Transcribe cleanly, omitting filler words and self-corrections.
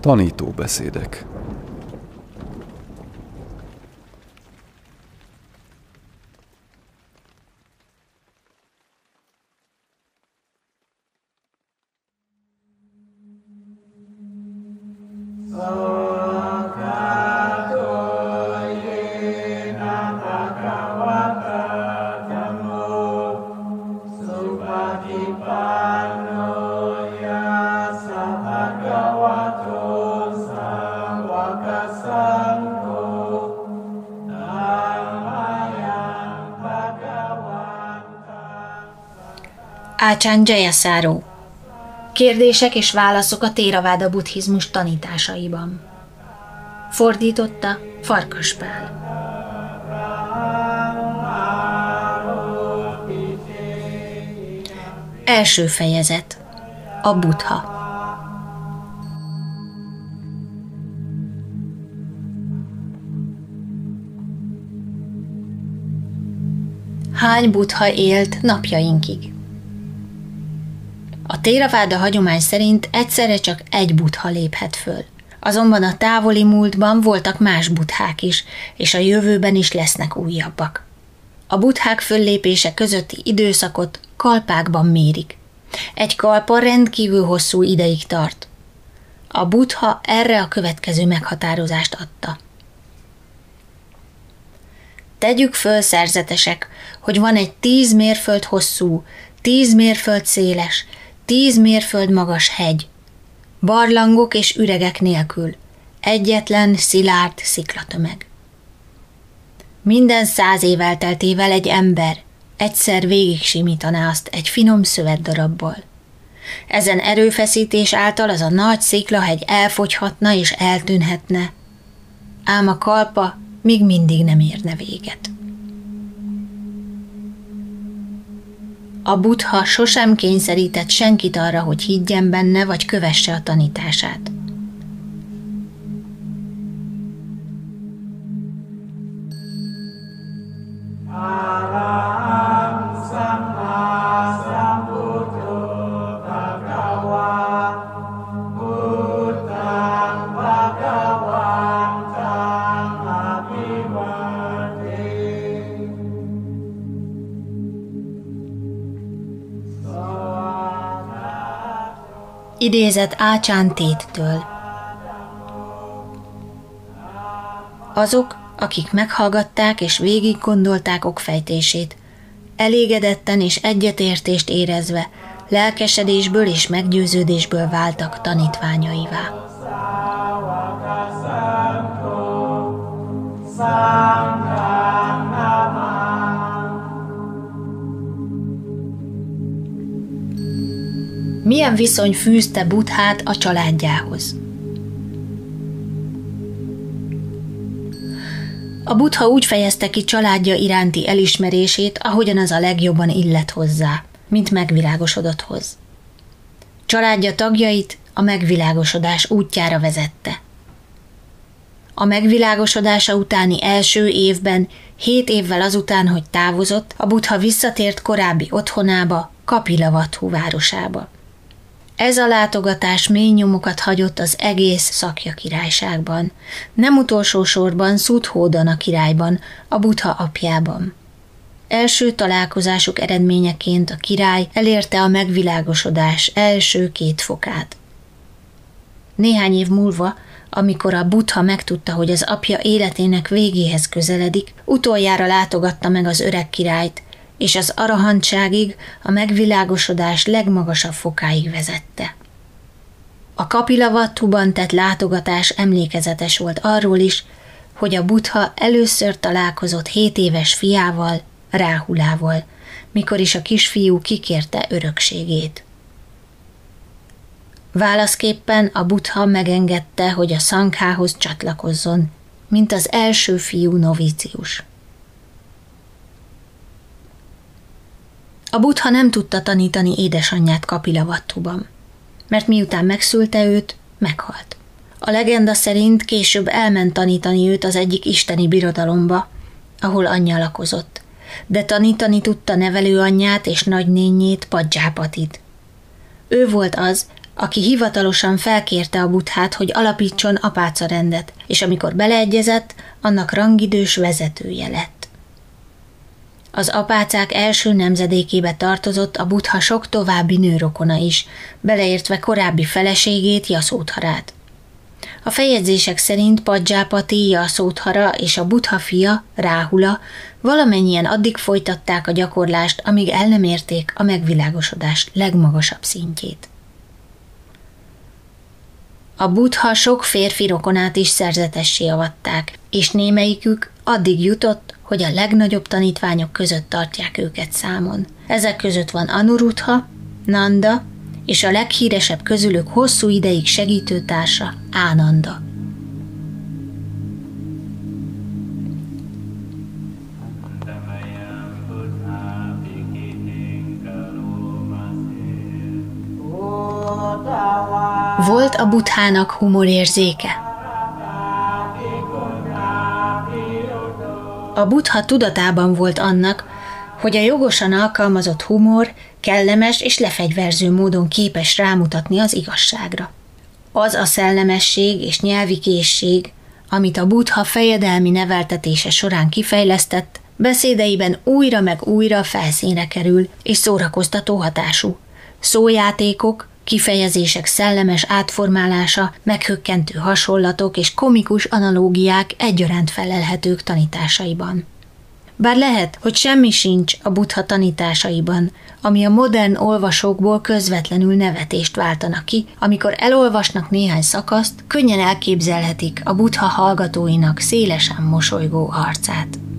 Tanítóbeszédek. Ácsán Jayasaro. Kérdések és válaszok a Théraváda buddhizmus tanításaiban. Fordította Farkas Pál. Első fejezet. A Buddha. Hány Buddha élt napjainkig? A Théraváda hagyomány szerint egyszerre csak egy Buddha léphet föl. Azonban a távoli múltban voltak más buddhák is, és a jövőben is lesznek újabbak. A buddhák föllépése közötti időszakot kalpákban mérik. Egy kalpa rendkívül hosszú ideig tart. A Buddha erre a következő meghatározást adta. Tegyük föl, szerzetesek, hogy van egy 10 mérföld hosszú, 10 mérföld széles, 10 mérföld magas hegy, barlangok és üregek nélkül, egyetlen szilárd sziklatömeg. Minden 100 év elteltével egy ember egyszer végig simítaná azt egy finom szövetdarabbal. Ezen erőfeszítés által az a nagy sziklahegy elfogyhatna és eltűnhetne, ám a kalpa még mindig nem érne véget. A Buddha sosem kényszerített senkit arra, hogy higgyen benne vagy kövesse a tanítását. Idézet Ácsán Téttől. Azok, akik meghallgatták és végig gondolták okfejtését, elégedetten és egyetértést érezve, lelkesedésből és meggyőződésből váltak tanítványaivá. Milyen viszony fűzte Buddhát a családjához? A Buddha úgy fejezte ki családja iránti elismerését, ahogyan az a legjobban illett hozzá, mint megvilágosodotthoz. Családja tagjait a megvilágosodás útjára vezette. A megvilágosodása utáni első évben, 7 évvel azután, hogy távozott, a Buddha visszatért korábbi otthonába, Kapilavatthu városába. Ez a látogatás mély nyomokat hagyott az egész Szakja királyságban, nem utolsó sorban Szuddhódana királyban, a Buddha apjában. Első találkozásuk eredményeként a király elérte a megvilágosodás első 2 fokát. Néhány év múlva, amikor a Buddha megtudta, hogy az apja életének végéhez közeledik, utoljára látogatta meg az öreg királyt, és az arahantságig, a megvilágosodás legmagasabb fokáig vezette. A Kapilavatthuban tett látogatás emlékezetes volt arról is, hogy a Buddha először találkozott 7 éves fiával, Ráhulával, mikor is a kisfiú kikérte örökségét. Válaszképpen a Buddha megengedte, hogy a szanghához csatlakozzon, mint az első fiú novícius. A Buddha nem tudta tanítani édesanyját Kapilavatthuban, mert miután megszülte őt, meghalt. A legenda szerint később elment tanítani őt az egyik isteni birodalomba, ahol anyja lakozott, de tanítani tudta nevelőanyját és nagynénjét, Padzsápatit. Ő volt az, aki hivatalosan felkérte a Buddhát, hogy alapítson apácarendet, és amikor beleegyezett, annak rangidős vezetője lett. Az apácák első nemzedékébe tartozott a Buddha sok további nőrokona is, beleértve korábbi feleségét, Jaszódharát. A feljegyzések szerint Padzsápati, Jaszódhara és a Buddha fia, Ráhula valamennyien addig folytatták a gyakorlást, amíg el nem érték a megvilágosodás legmagasabb szintjét. A Buddha sok férfi rokonát is szerzetessé avatták, és némelyikük addig jutott, hogy a legnagyobb tanítványok között tartják őket számon. Ezek között van Anuruddha, Nanda, és a leghíresebb közülük hosszú ideig segítőtársa, Ánanda. Volt a Buddhának humorérzéke. A Buddha tudatában volt annak, hogy a jogosan alkalmazott humor kellemes és lefegyverző módon képes rámutatni az igazságra. Az a szellemesség és nyelvi készség, amit a Buddha fejedelmi neveltetése során kifejlesztett, beszédeiben újra meg újra felszínre kerül és szórakoztató hatású. Szójátékok, kifejezések szellemes átformálása, meghökkentő hasonlatok és komikus analógiák egyaránt felelhetők tanításaiban. Bár lehet, hogy semmi sincs a Buddha tanításaiban, ami a modern olvasókból közvetlenül nevetést váltana ki, amikor elolvasnak néhány szakaszt, könnyen elképzelhetik a Buddha hallgatóinak szélesen mosolygó arcát.